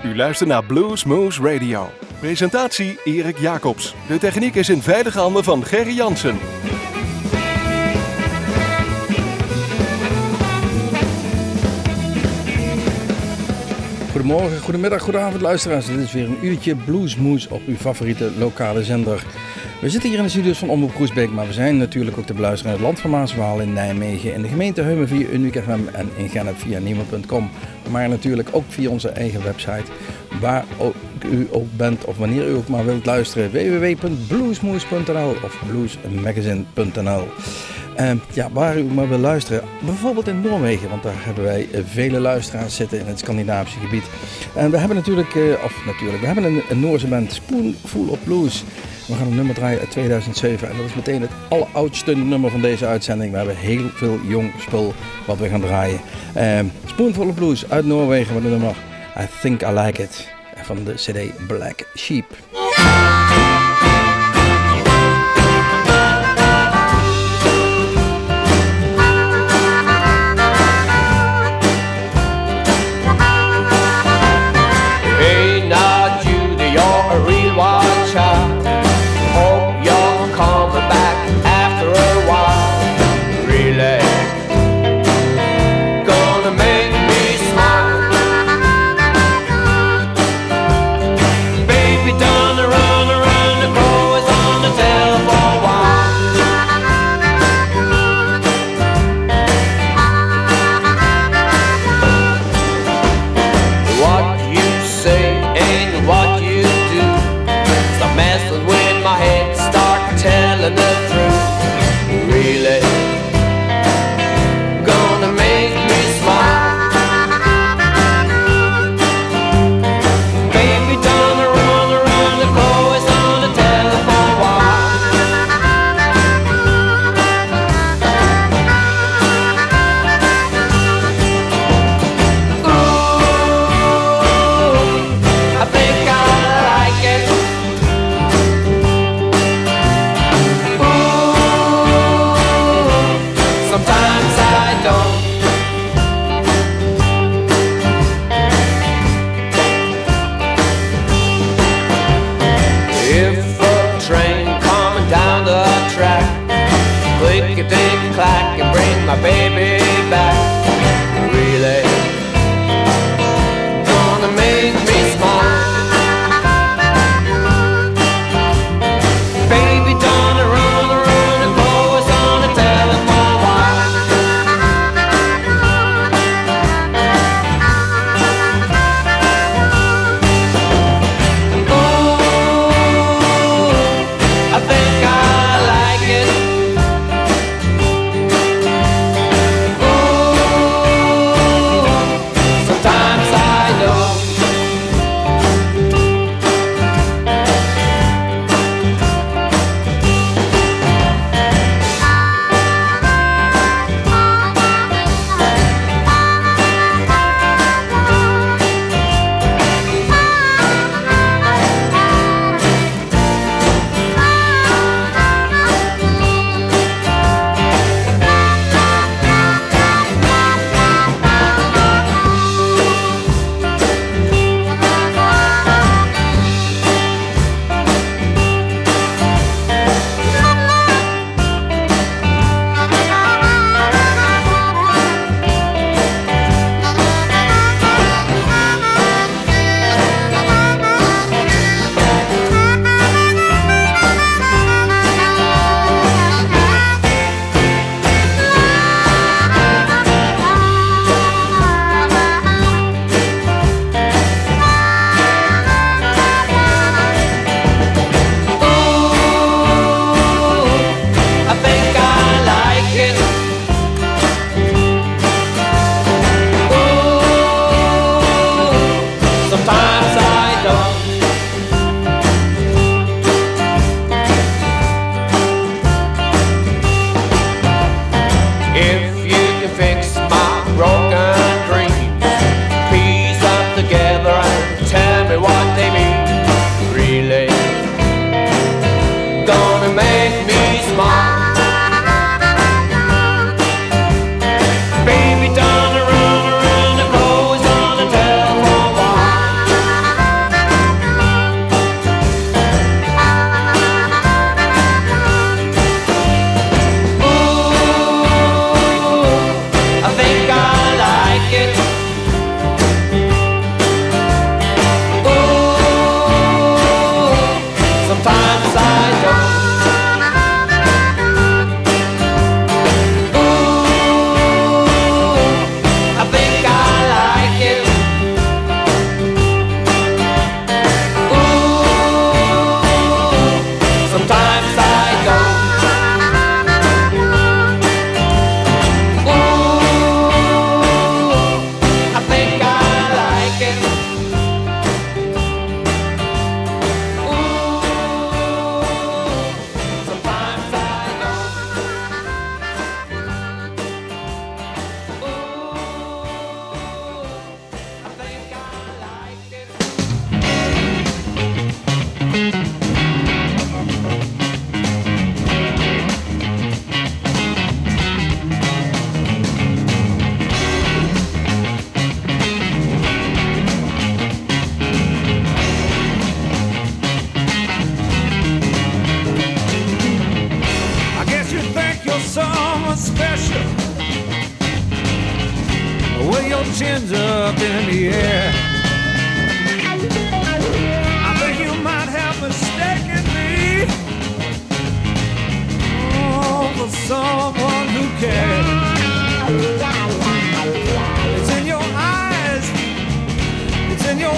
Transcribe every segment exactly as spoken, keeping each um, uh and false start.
U luistert naar Blues Moose Radio. Presentatie Erik Jacobs. De techniek is in veilige handen van Gerry Jansen. Goedemorgen, goedemiddag, goedenavond luisteraars. Dit is weer een uurtje Bluesmoes op uw favoriete lokale zender. We zitten hier in de studio's van Omroep Groesbeek, maar we zijn natuurlijk ook te beluisteren in het land van Maaswaal in Nijmegen, in de gemeente Heumen via Uniek F M en in Gennep via Niemand punt com. Maar natuurlijk ook via onze eigen website, waar ook u ook bent of wanneer u ook maar wilt luisteren, w w w punt bluesmoes punt n l of bluesmagazine punt n l. Uh, ja, waar u maar wil luisteren, bijvoorbeeld in Noorwegen, want daar hebben wij uh, vele luisteraars zitten in het Scandinavische gebied. En we hebben natuurlijk, uh, of natuurlijk, we hebben een, een Noorse band, Spoonful of Blues. We gaan een nummer draaien uit tweeduizend zeven en dat is meteen het alleroudste nummer van deze uitzending. We hebben heel veel jong spul wat we gaan draaien. Uh, Spoonful of Blues uit Noorwegen met het nummer I Think I Like It van de C D Black Sheep.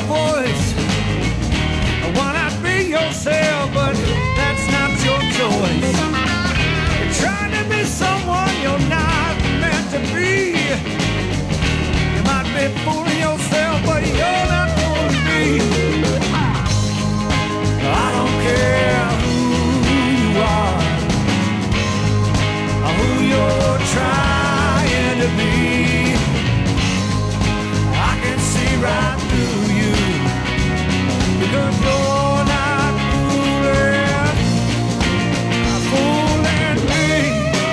voice. Why not be yourself, but that's not your choice. You're trying to be someone you're not meant to be. You might be fooling yourself, but you're not fooling me. I don't care who you are, or who you're trying to be. I can see right through you, because you're not fooling, fooling me.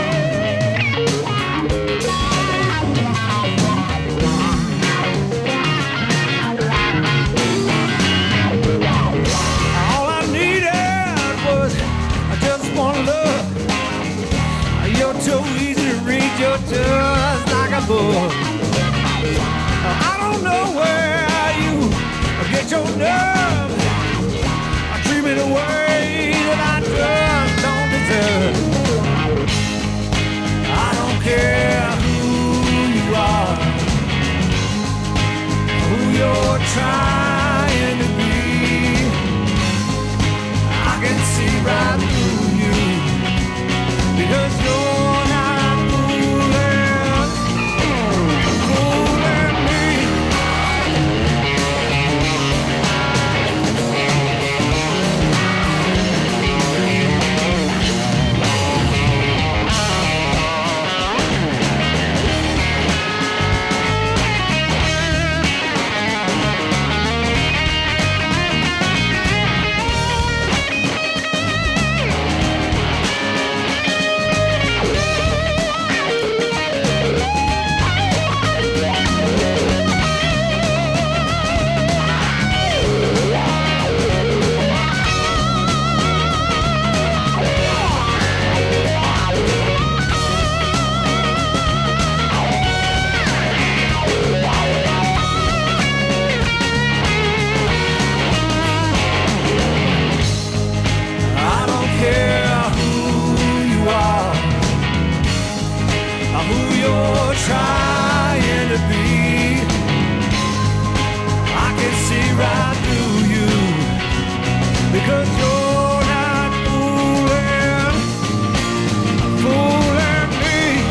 All I needed was just one look. You're too easy to read, you're just like a book. I don't know where you get your nerve. I treat me the way that I just don't deserve. I don't care who you are, who you're trying to be. I can see right through you, because you're not fooling, fooling me. I don't care who you are, or who you're trying to be. I can see right through you, because you're not fooling, fooling me.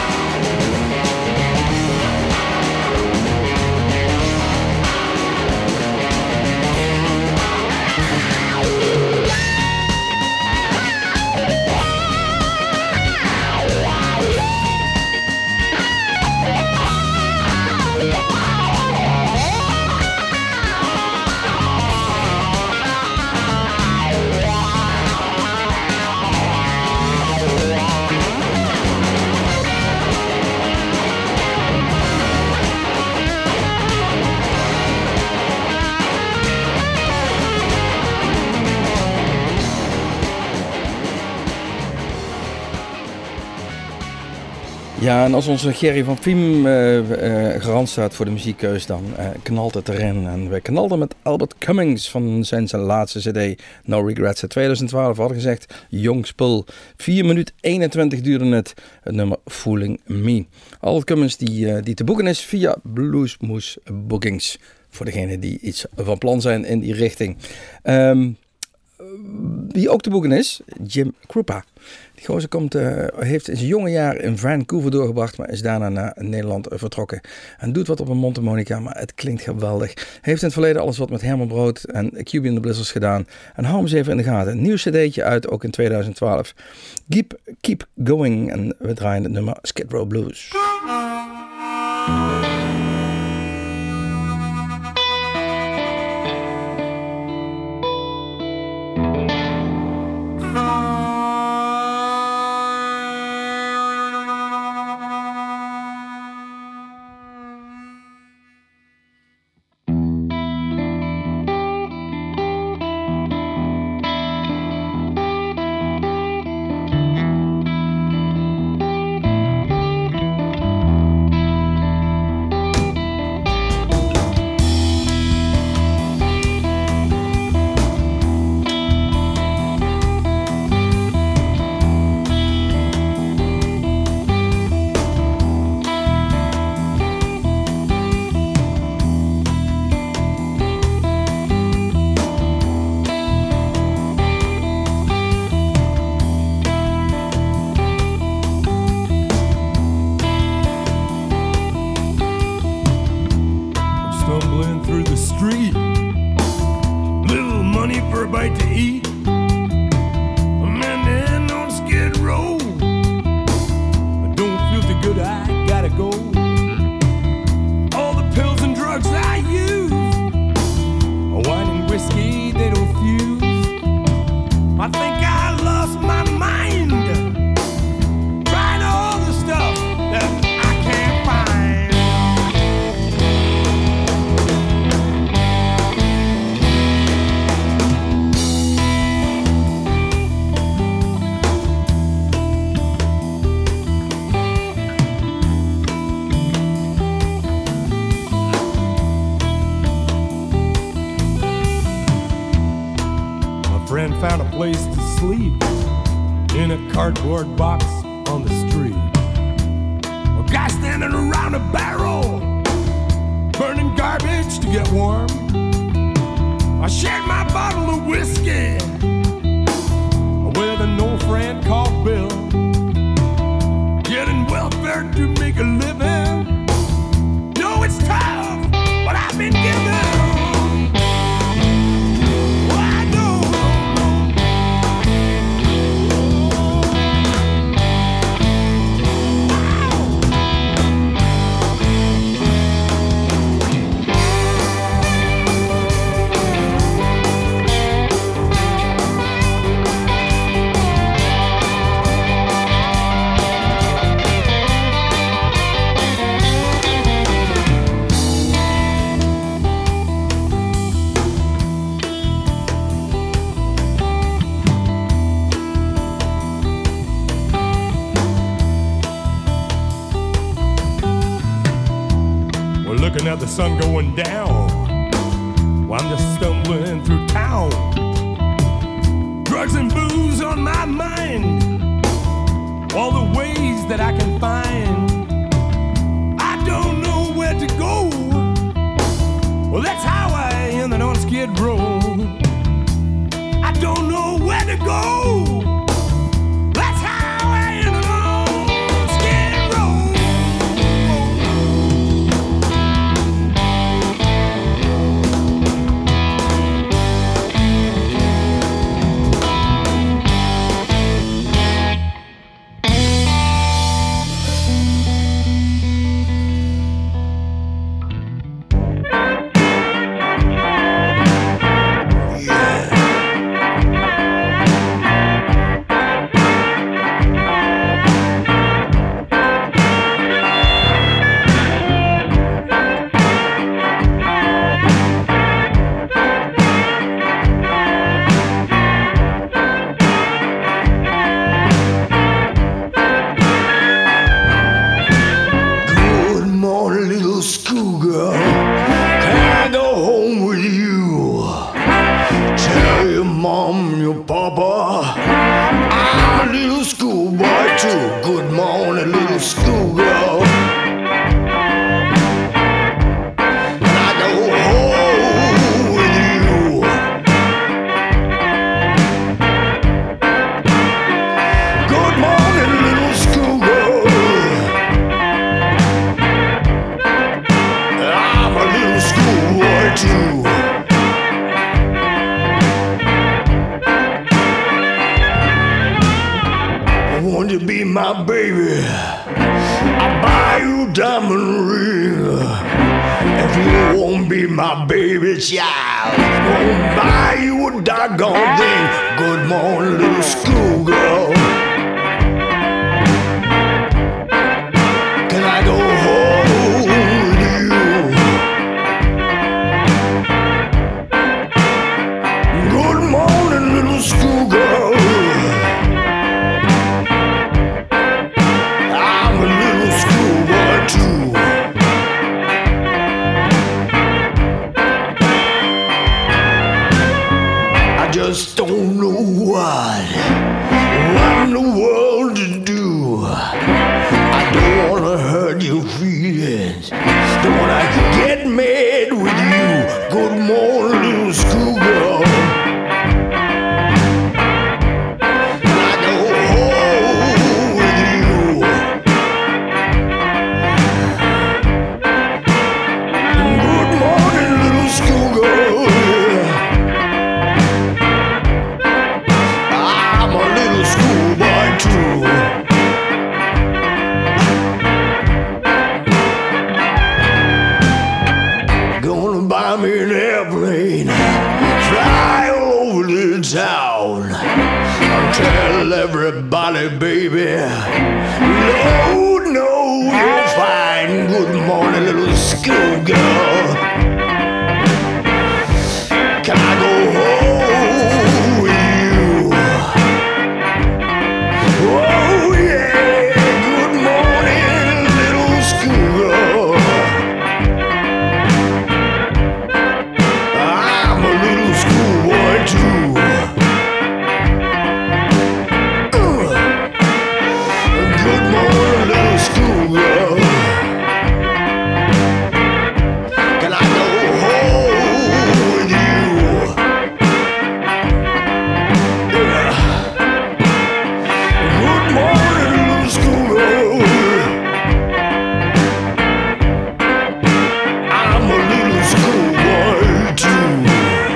Ja, en als onze Gerry van Fiem uh, uh, garant staat voor de muziekkeus, dan uh, knalt het erin. En we knalden met Albert Cummings van zijn, zijn laatste cd, No Regrets uit twintig twaalf. We hadden gezegd, jong spul. vier minuten eenentwintig duurde het, het nummer Fooling Me. Albert Cummings die, uh, die te boeken is via Bluesmoose Bookings. Voor degenen die iets van plan zijn in die richting. Um, Wie ook te boeken is, Jim Krupa. Die gozer komt, uh, heeft in zijn jonge jaar in Vancouver doorgebracht, maar is daarna naar Nederland vertrokken. En doet wat op een mondharmonica, maar het klinkt geweldig. Hij heeft in het verleden alles wat met Herman Brood en Q B and the Blizzards gedaan. En hou hem eens even in de gaten. Een nieuw cd'tje uit, ook in twintig twaalf. Keep, keep Going. En we draaien het nummer Skid Row Blues. Thank street. Little money for a bite to eat. I'm in on Skid Row. I don't feel too good, I gotta go. All the pills and drugs I use, wine and whiskey, they don't fuse. I think I lost my mind, trying all the stuff that I can't find. My friend found a place to sleep in a cardboard box on the street. A guy standing around a barrel, burning garbage to get warm. I shared my bottle of whiskey with an old friend called Bill, getting welfare to make a living. No, it's tough, but I've been given. Looking at the sun going down while I'm just stumbling through town. Drugs and booze on my mind, all the ways that I can find. I don't know where to go. Well, that's how I ended on Skid Row. I don't know where to go. That's how I ended on Skid Row. Child, won't buy you a doggone thing. Good morning, little schoolgirl. Can I go home with you? Good morning, little schoolgirl. I'm a little schoolboy too. Just don't know what, what in the world to do. I don't wanna hurt your feelings, don't wanna get mad with you. Good morning, little schoolgirl. Can I go home with you? Good morning, little schoolgirl. airplane, fly all over the town. Tell everybody, baby, Lord knows you're fine. Good morning, little schoolgirl. Can I go home with you? Oh yeah, good morning, little schoolgirl. I'm a little schoolboy too. Good morning, little schoolgirl. Can I go home with you? Yeah. Good morning, little schoolgirl. I'm a little schoolboy too.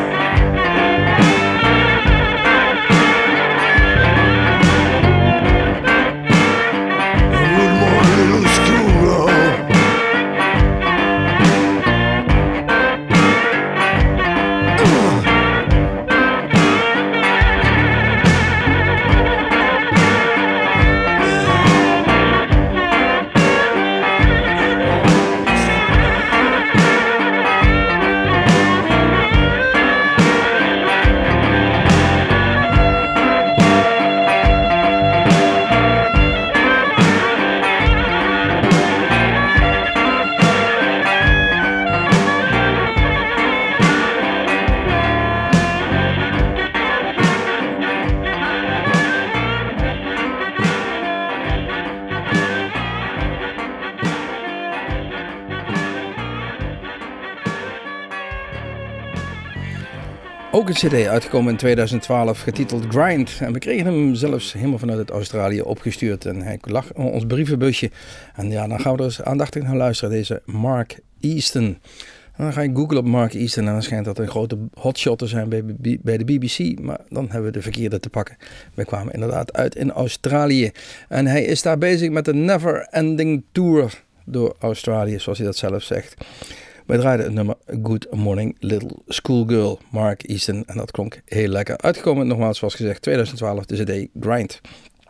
Ook een cd uitgekomen in tweeduizend twaalf, getiteld Grind. En we kregen hem zelfs helemaal vanuit het Australië opgestuurd. En hij lag in ons brievenbusje. En ja, dan gaan we er eens aandachtig naar luisteren. Deze Mark Easton. En dan ga je googlen op Mark Easton en dan schijnt dat een grote hotshot te zijn bij, bij de B B C. Maar dan hebben we de verkeerde te pakken. We kwamen inderdaad uit in Australië. En hij is daar bezig met een Never Ending Tour door Australië, zoals hij dat zelf zegt. Wij draaiden het nummer Good Morning Little Schoolgirl, Mark Easton. En dat klonk heel lekker. Uitgekomen, nogmaals zoals gezegd, tweeduizend twaalf, de cd Grind.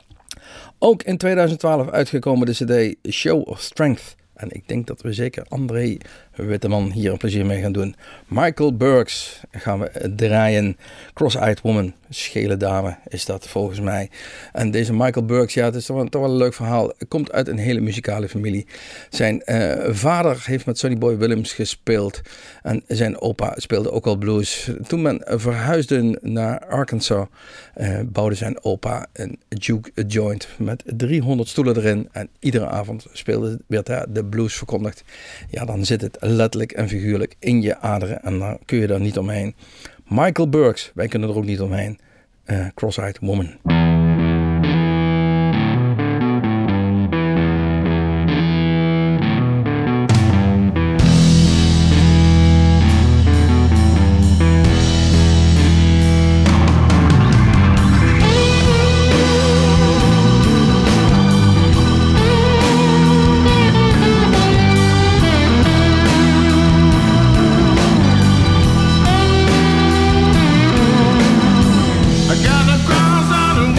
Ook in tweeduizend twaalf uitgekomen de cd Show of Strength. En ik denk dat we zeker André Witteman hier een plezier mee gaan doen. Michael Burks gaan we draaien. Cross-Eyed Woman, schele dame is dat volgens mij. En deze Michael Burks, ja, het is toch wel, toch wel een leuk verhaal. Komt uit een hele muzikale familie. Zijn uh, vader heeft met Sonny Boy Williams gespeeld. En zijn opa speelde ook al blues. Toen men verhuisde naar Arkansas, uh, bouwde zijn opa een juke joint met driehonderd stoelen erin. En iedere avond speelde, werd daar de blues verkondigd. Ja, dan zit het letterlijk en figuurlijk in je aderen en dan kun je daar niet omheen. Michael Burks, wij kunnen er ook niet omheen. Uh, Cross-Eyed Woman. I got a cross-eyed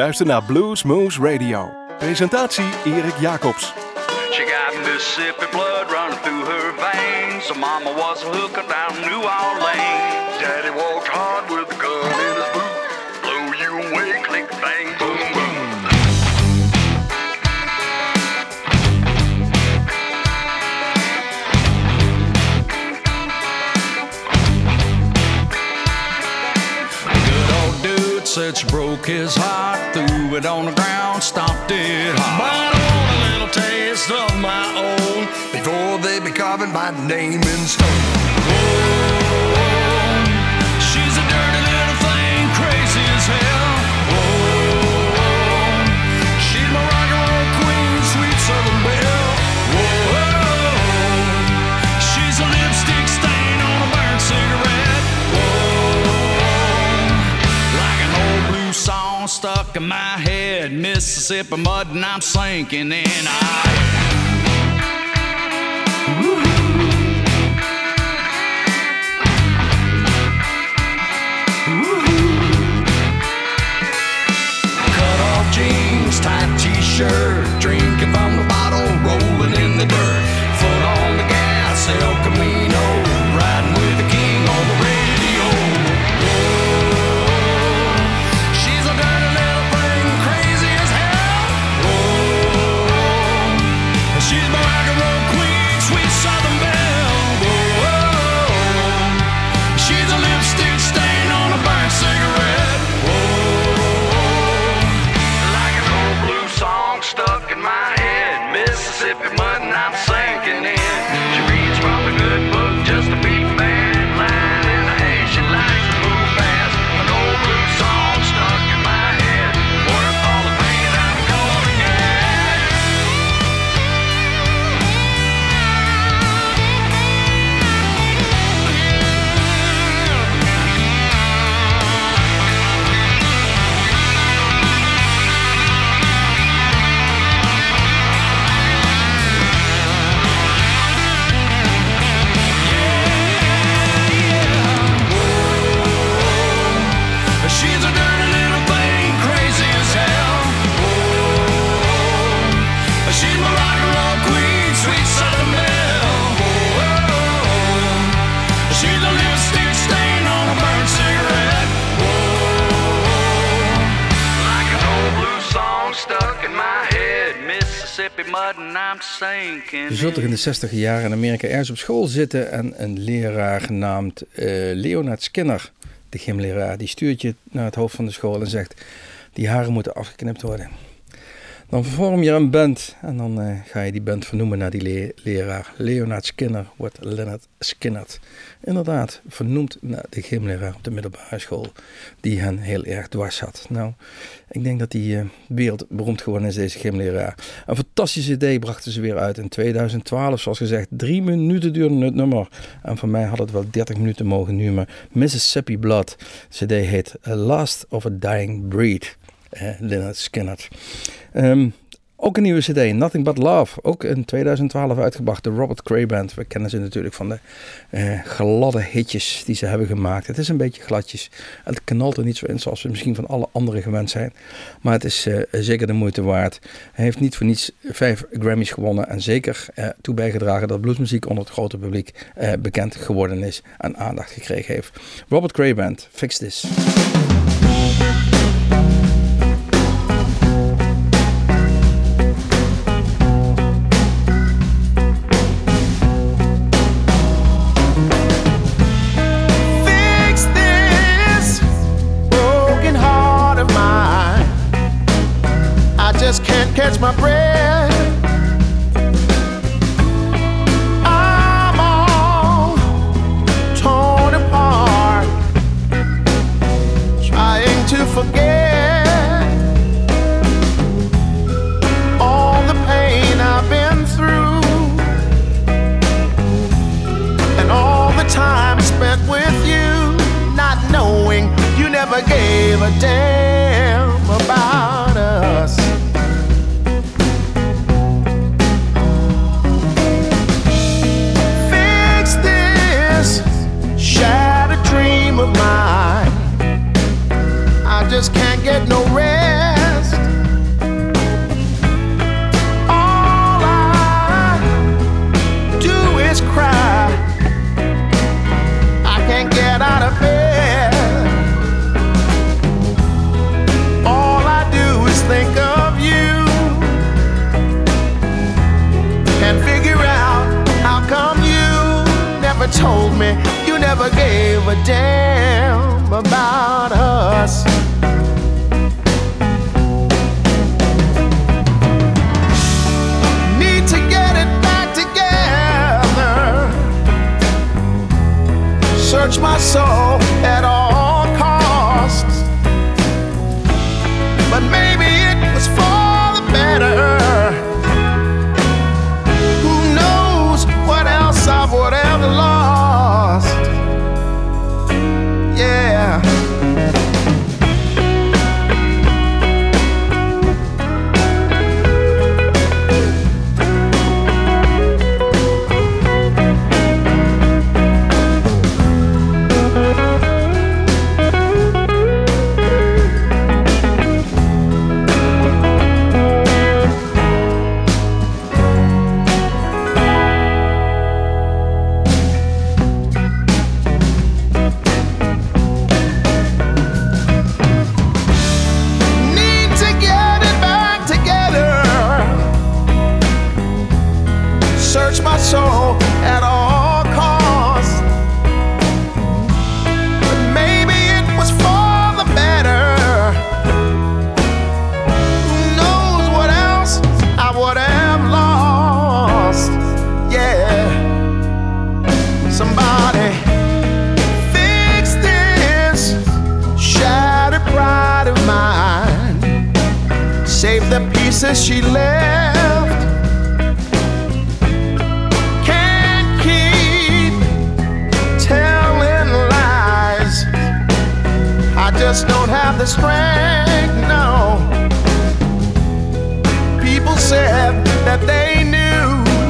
luistert naar Blues Moose Radio. Presentatie Erik Jacobs. She got Mississippi blood running through her veins. So mama was a hooker down New Orleans. Daddy walked hard with a gun in his boot. Blow you away, click, bang, boom, boom. Said she broke his heart, threw it on the ground, stomped it hard. But I want a little taste of my own before they be carving my name in stone. Whoa, she's a dirty little thing, crazy as hell. Whoa, she's my rock and roll queen, sweet Southern belle. Whoa, she's a lipstick stain on a burnt cigarette. Song stuck in my head, Mississippi mud, and I'm sinking in. I cut off jeans, tight t-shirt, drinking from the bottle, rolling in the dirt. Foot on the gas, El Camino, riding with the king on the radio. She's my rock and roll queen, sweet Southern belle. Whoa, she's a lipstick stain on a burnt cigarette. Whoa, Like an old blue song stuck in my head, Mississippi mud and I'm sinking in. She reads from the good book just to be bad. Lying in the hay, she likes to move fast. An old blue song stuck in my head, worth all the pain I'm gonna get. she's a dirty little thing, crazy as hell. Whoa, she's my rock and roll queen, sweet Southern belle. Whoa, she's a lipstick stain on a burnt cigarette. Whoa, Like an old blue song stuck in my head, Mississippi mud and I'm sinking. Je zult toch in de zestiger jaren in Amerika ergens op school zitten en een leraar genaamd uh, Leonard Skinner, de gymleraar, die stuurt je naar het hoofd van de school en zegt: die haren moeten afgeknipt worden. Dan vorm je een band en dan uh, ga je die band vernoemen naar die le- leraar. Leonard Skinner wordt Leonard Skinner. Inderdaad, vernoemd naar de gymleraar op de middelbare school die hen heel erg dwars had. Nou, ik denk dat die uh, wereldberoemd geworden is, deze gymleraar. Een fantastisch idee brachten ze weer uit in tweeduizend twaalf. Zoals gezegd, drie minuten duurde het nummer. En voor mij had het wel dertig minuten mogen duren. Mississippi Blood. De cd heet Last of a Dying Breed. Eh, Leonard Skinner. Um, ook een nieuwe cd, Nothing But Love. Ook in tweeduizend twaalf uitgebracht, de Robert Cray Band. We kennen ze natuurlijk van de uh, gladde hitjes die ze hebben gemaakt. Het is een beetje gladjes. Het knalt er niet zo in zoals we misschien van alle anderen gewend zijn. Maar het is uh, zeker de moeite waard. Hij heeft niet voor niets vijf Grammys gewonnen. En zeker uh, toe bijgedragen dat bluesmuziek onder het grote publiek uh, bekend geworden is. En aandacht gekregen heeft. Robert Cray Band, Fix This. Just can't catch my breath. I'm all torn apart, trying to forget all the pain I've been through and all the time spent with you, not knowing you never gave a damn about us. Shattered dream of mine, I just can't get no rest. gave a damn about us. Need to get it back together. Search my soul at all costs. But maybe it was for the better. Who knows what else I would have lost? Yeah. Soul at all costs. But maybe it was for the better. Who knows what else I would have lost? Yeah. Somebody fix this shattered pride of mine. Save the pieces she left. Just don't have the strength, no. People said that they knew,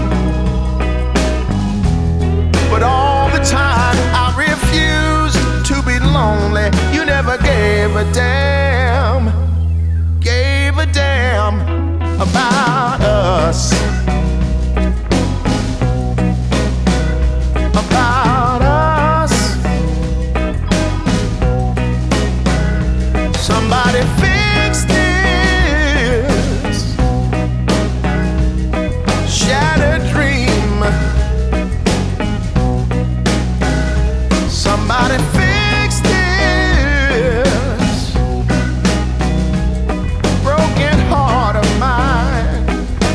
but all the time I refused to be lonely. You never gave a damn, gave a damn about us, about us. Somebody fix this shattered dream. Somebody fix this broken heart of mine.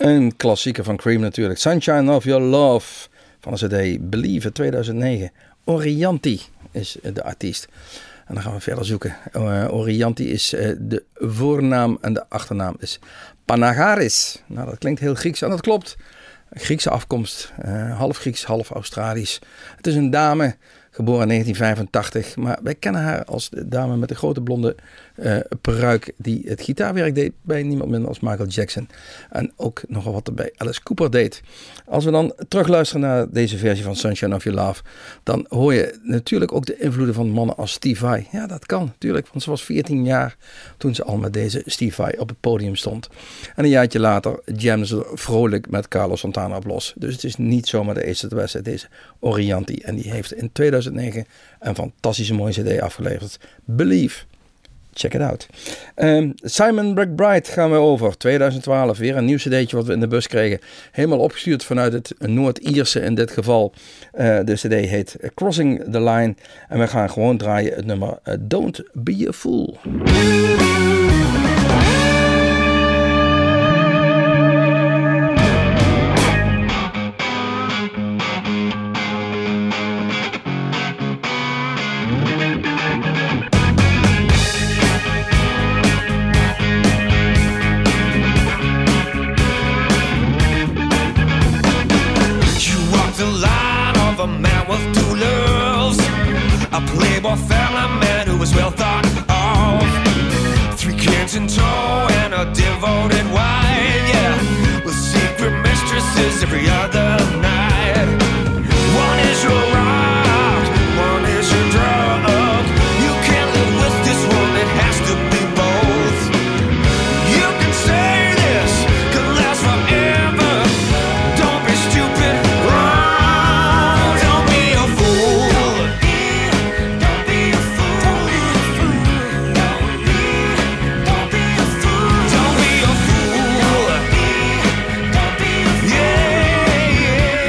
Een klassieker van Cream natuurlijk. Sunshine of Your Love van de cd Believe uit tweeduizend negen. Orianti is de artiest. En dan gaan we verder zoeken. Uh, Orianti is uh, de voornaam en de achternaam is Panagaris. Nou, dat klinkt heel Grieks en dat klopt. Griekse afkomst, uh, half Grieks, half Australisch. Het is een dame, geboren in negentien vijfentachtig. Maar wij kennen haar als de dame met de grote blonde uh, peruik die het gitaarwerk deed bij niemand minder als Michael Jackson. En ook nogal wat er bij Alice Cooper deed. Als we dan terugluisteren naar deze versie van Sunshine of Your Love, dan hoor je natuurlijk ook de invloeden van mannen als Steve Vai. Ja, dat kan natuurlijk, want ze was veertien jaar toen ze al met deze Steve Vai op het podium stond. En een jaartje later jamde ze vrolijk met Carlos Santana op los. Dus het is niet zomaar de eerste wedstrijd, deze Orianti. En die heeft in tweeduizend negen een fantastische mooie cd afgeleverd. Believe. Check it out. Um, Simon McBride gaan we over. tweeduizend twaalf, weer een nieuw cd'tje wat we in de bus kregen. Helemaal opgestuurd vanuit het Noord-Ierse in dit geval. Uh, de cd heet Crossing the Line. En we gaan gewoon draaien het nummer uh, Don't Be a Fool. A playboy family man who was well thought of. Three kids in tow and a devoted wife, yeah, with secret mistresses every other night. One is your rock, one is your drug. You can't live with this one, it has to be both. You can say this could last forever. Don't be stupid, wrong. Don't be a fool. Yeah.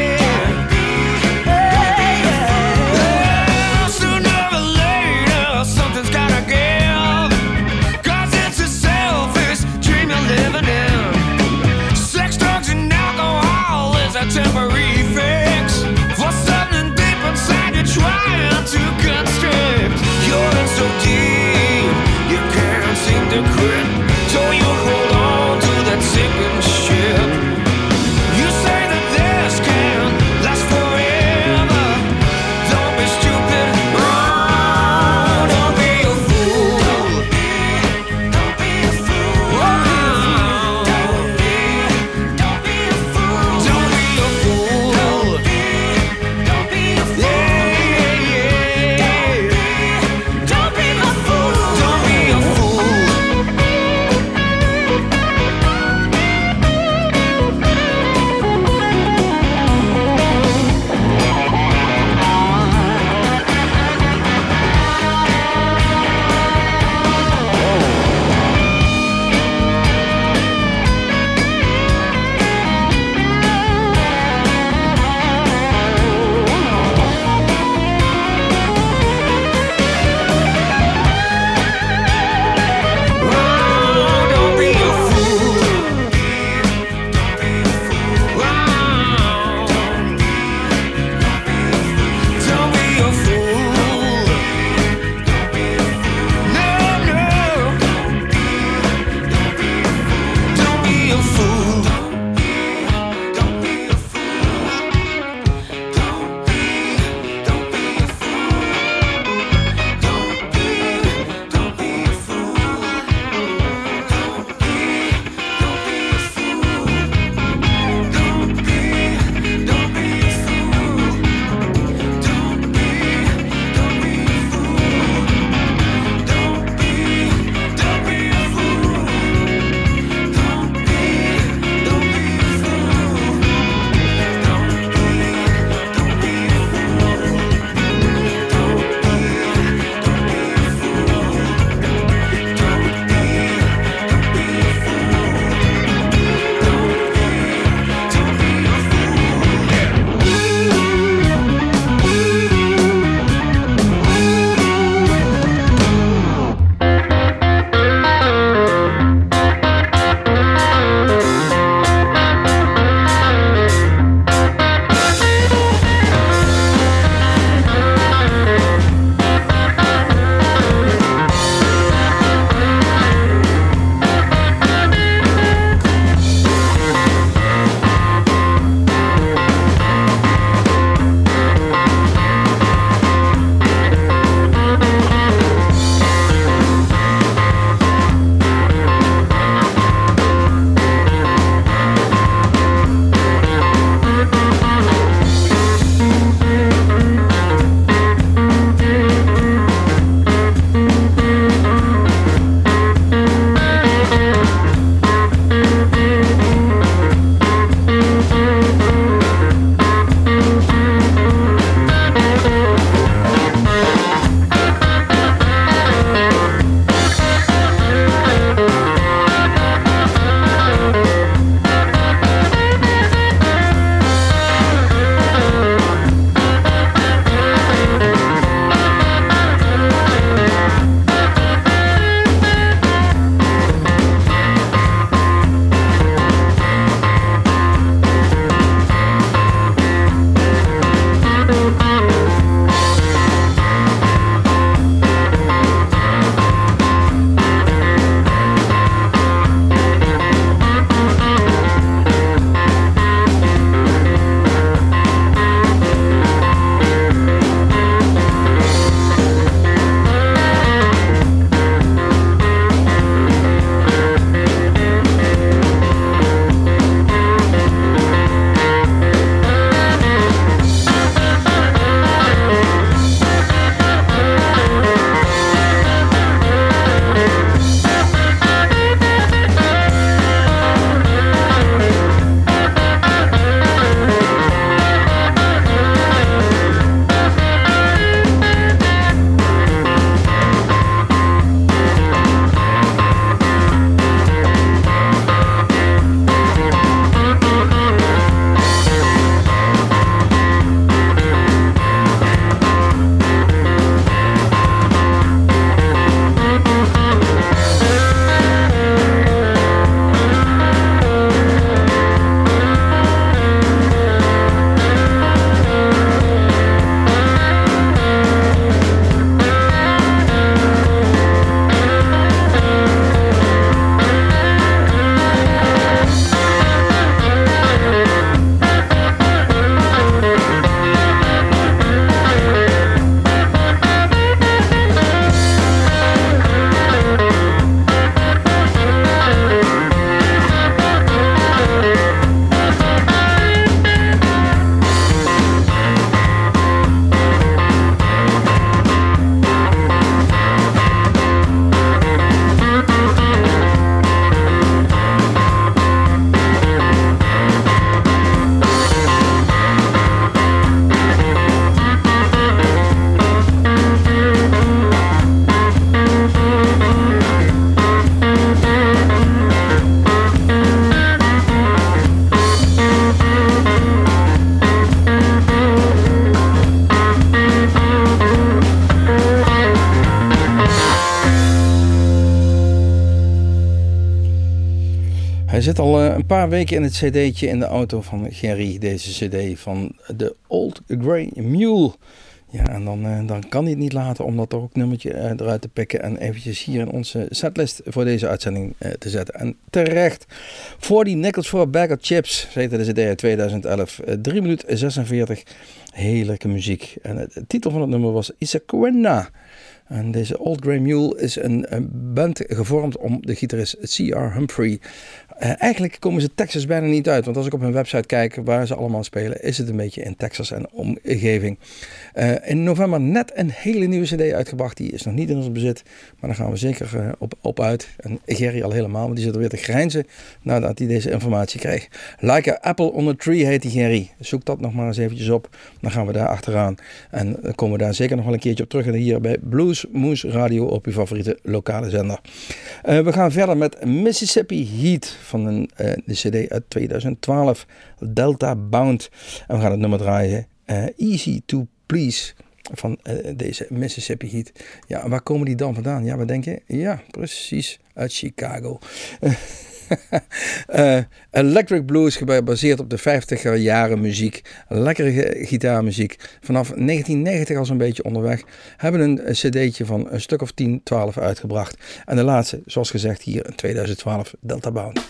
Hij zit al uh, een paar weken in het cd'tje in de auto van Gerry, deze cd van The Old Grey Mule. Ja, en dan, uh, dan kan hij het niet laten om dat ook nummertje uh, eruit te pikken en eventjes hier in onze setlist voor deze uitzending uh, te zetten. En terecht, forty nickels for a bag of chips, heette de cd uit tweeduizend elf, uh, drie minuten zesenveertig, heerlijke muziek. En uh, de titel van het nummer was Isaquena. En deze Old Grey Mule is een, een band gevormd om de gitarist C R Humphrey. Uh, eigenlijk komen ze Texas bijna niet uit. Want als ik op hun website kijk waar ze allemaal spelen, is het een beetje in Texas en omgeving. Uh, in november net een hele nieuwe cd uitgebracht. Die is nog niet in ons bezit. Maar daar gaan we zeker uh, op, op uit. En Gerry al helemaal. Want die zit er weer te grijnzen nadat hij deze informatie kreeg. Like a Apple on a Tree heet die Gerry. Zoek dat nog maar eens eventjes op. Dan gaan we daar achteraan. En dan komen we daar zeker nog wel een keertje op terug. En hier bij Blues Moose Radio op uw favoriete lokale zender. Uh, we gaan verder met Mississippi Heat van een, uh, de cd uit tweeduizend twaalf. Delta Bound. En we gaan het nummer draaien. Uh, Easy to Please. Van uh, deze Mississippi Heat. Ja, en waar komen die dan vandaan? Ja, we denken, ja, precies uit Chicago. uh, Electric Blues, gebaseerd op de vijftiger jaren muziek. Lekkere gitaarmuziek. Vanaf negentien negentig al zo'n beetje onderweg. Hebben een cd'tje van een stuk of tien, twaalf uitgebracht. En de laatste, zoals gezegd hier in tweeduizend twaalf, Delta Bound.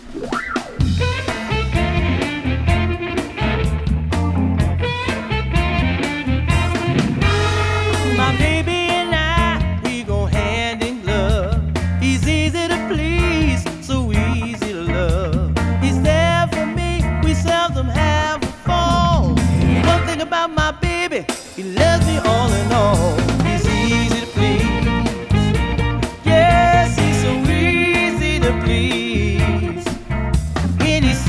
He loves me all in all. He's easy to please. Yes, he's so easy to please. And he's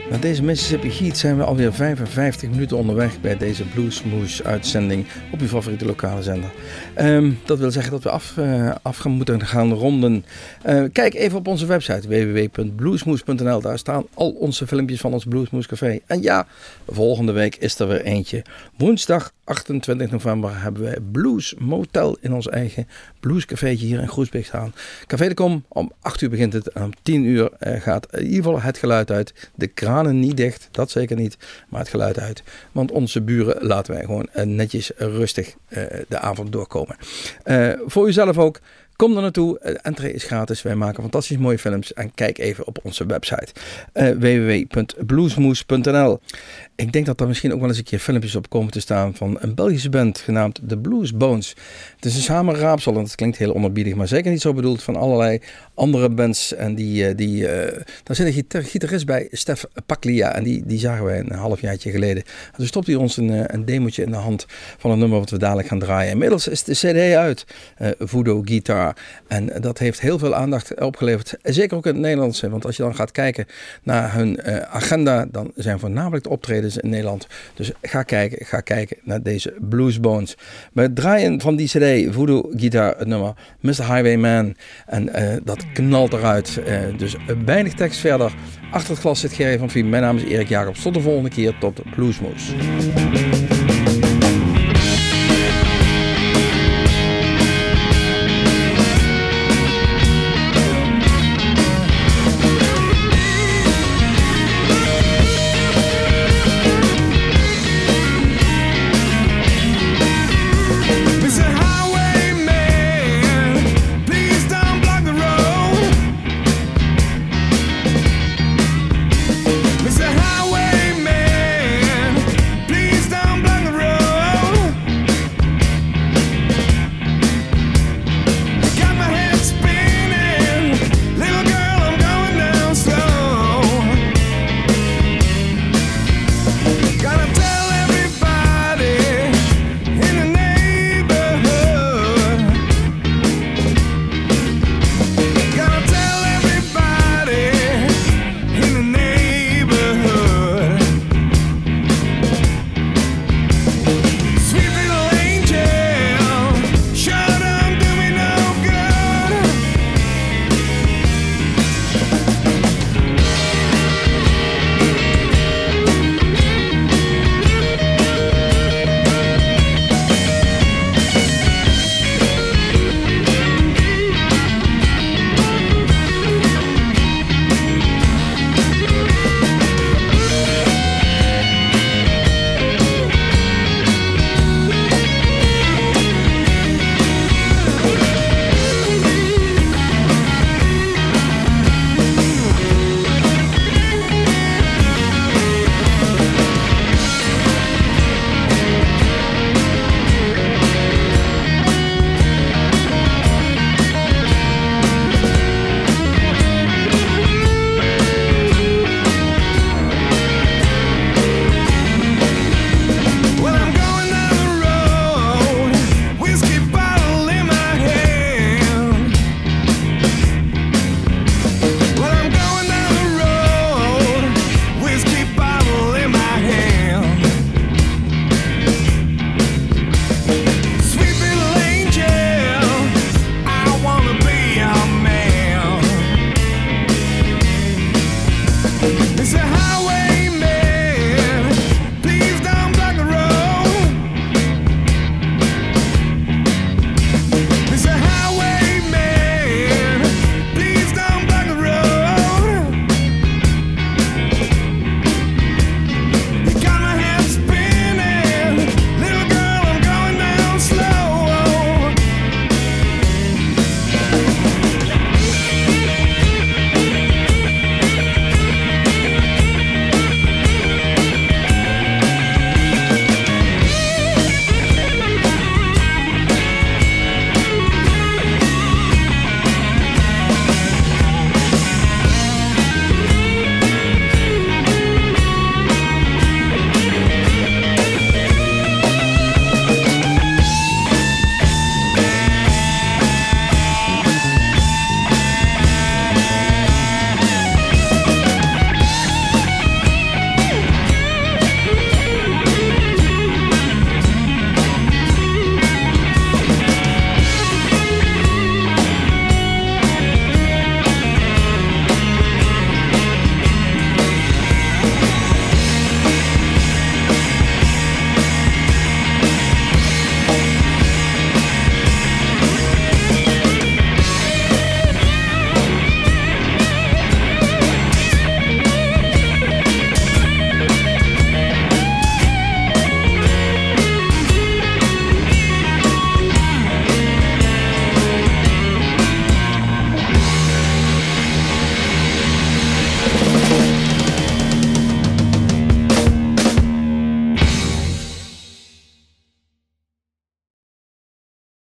Na deze Mississippi Heat zijn we alweer vijfenvijftig minuten onderweg bij deze Bluesmoose uitzending op uw favoriete lokale zender. Um, dat wil zeggen dat we af, uh, af gaan moeten gaan ronden. Uh, kijk even op onze website w w w punt bluesmoose punt n l. Daar staan al onze filmpjes van ons Bluesmoose Café. En ja, volgende week is er weer eentje. Woensdag achtentwintig november hebben wij Blues Motel in ons eigen bluescafeetje hier in Groesbeek staan. Café de Kom, om acht uur begint het en om tien uur uh, gaat in ieder geval het geluid uit. De kranen niet dicht, dat zeker niet, maar het geluid uit. Want onze buren laten wij gewoon uh, netjes rustig uh, de avond doorkomen. Uh, voor uzelf ook. Kom er naartoe, uh, entree is gratis, wij maken fantastisch mooie films en kijk even op onze website uh, w w w punt bluesmoose punt n l. Ik denk dat er misschien ook wel eens een keer filmpjes op komen te staan van een Belgische band genaamd The Blues Bones. Het is een samenraapsel en dat klinkt heel onerbiedig, maar zeker niet zo bedoeld van allerlei andere bands. En die, die, uh, daar zit een gitar- gitarist bij, Stef Paklia, en die, die zagen wij een halfjaartje geleden. En toen stopte hij ons een, een demootje in de hand van een nummer wat we dadelijk gaan draaien. Inmiddels is de cd uit, uh, Voodoo Guitar. En dat heeft heel veel aandacht opgeleverd, zeker ook in het Nederlands. Want als je dan gaat kijken naar hun uh, agenda, dan zijn voornamelijk de optredens in Nederland. Dus ga kijken, ga kijken naar deze Blues Bones. Bij het draaien van die cd, Voodoo Guitar, het nummer mister Highwayman. En uh, dat knalt eruit. Uh, dus uh, weinig tekst verder. Achter het glas zit Gerry van Vien. Mijn naam is Erik Jacobs. Tot de volgende keer, tot Bluesmoose.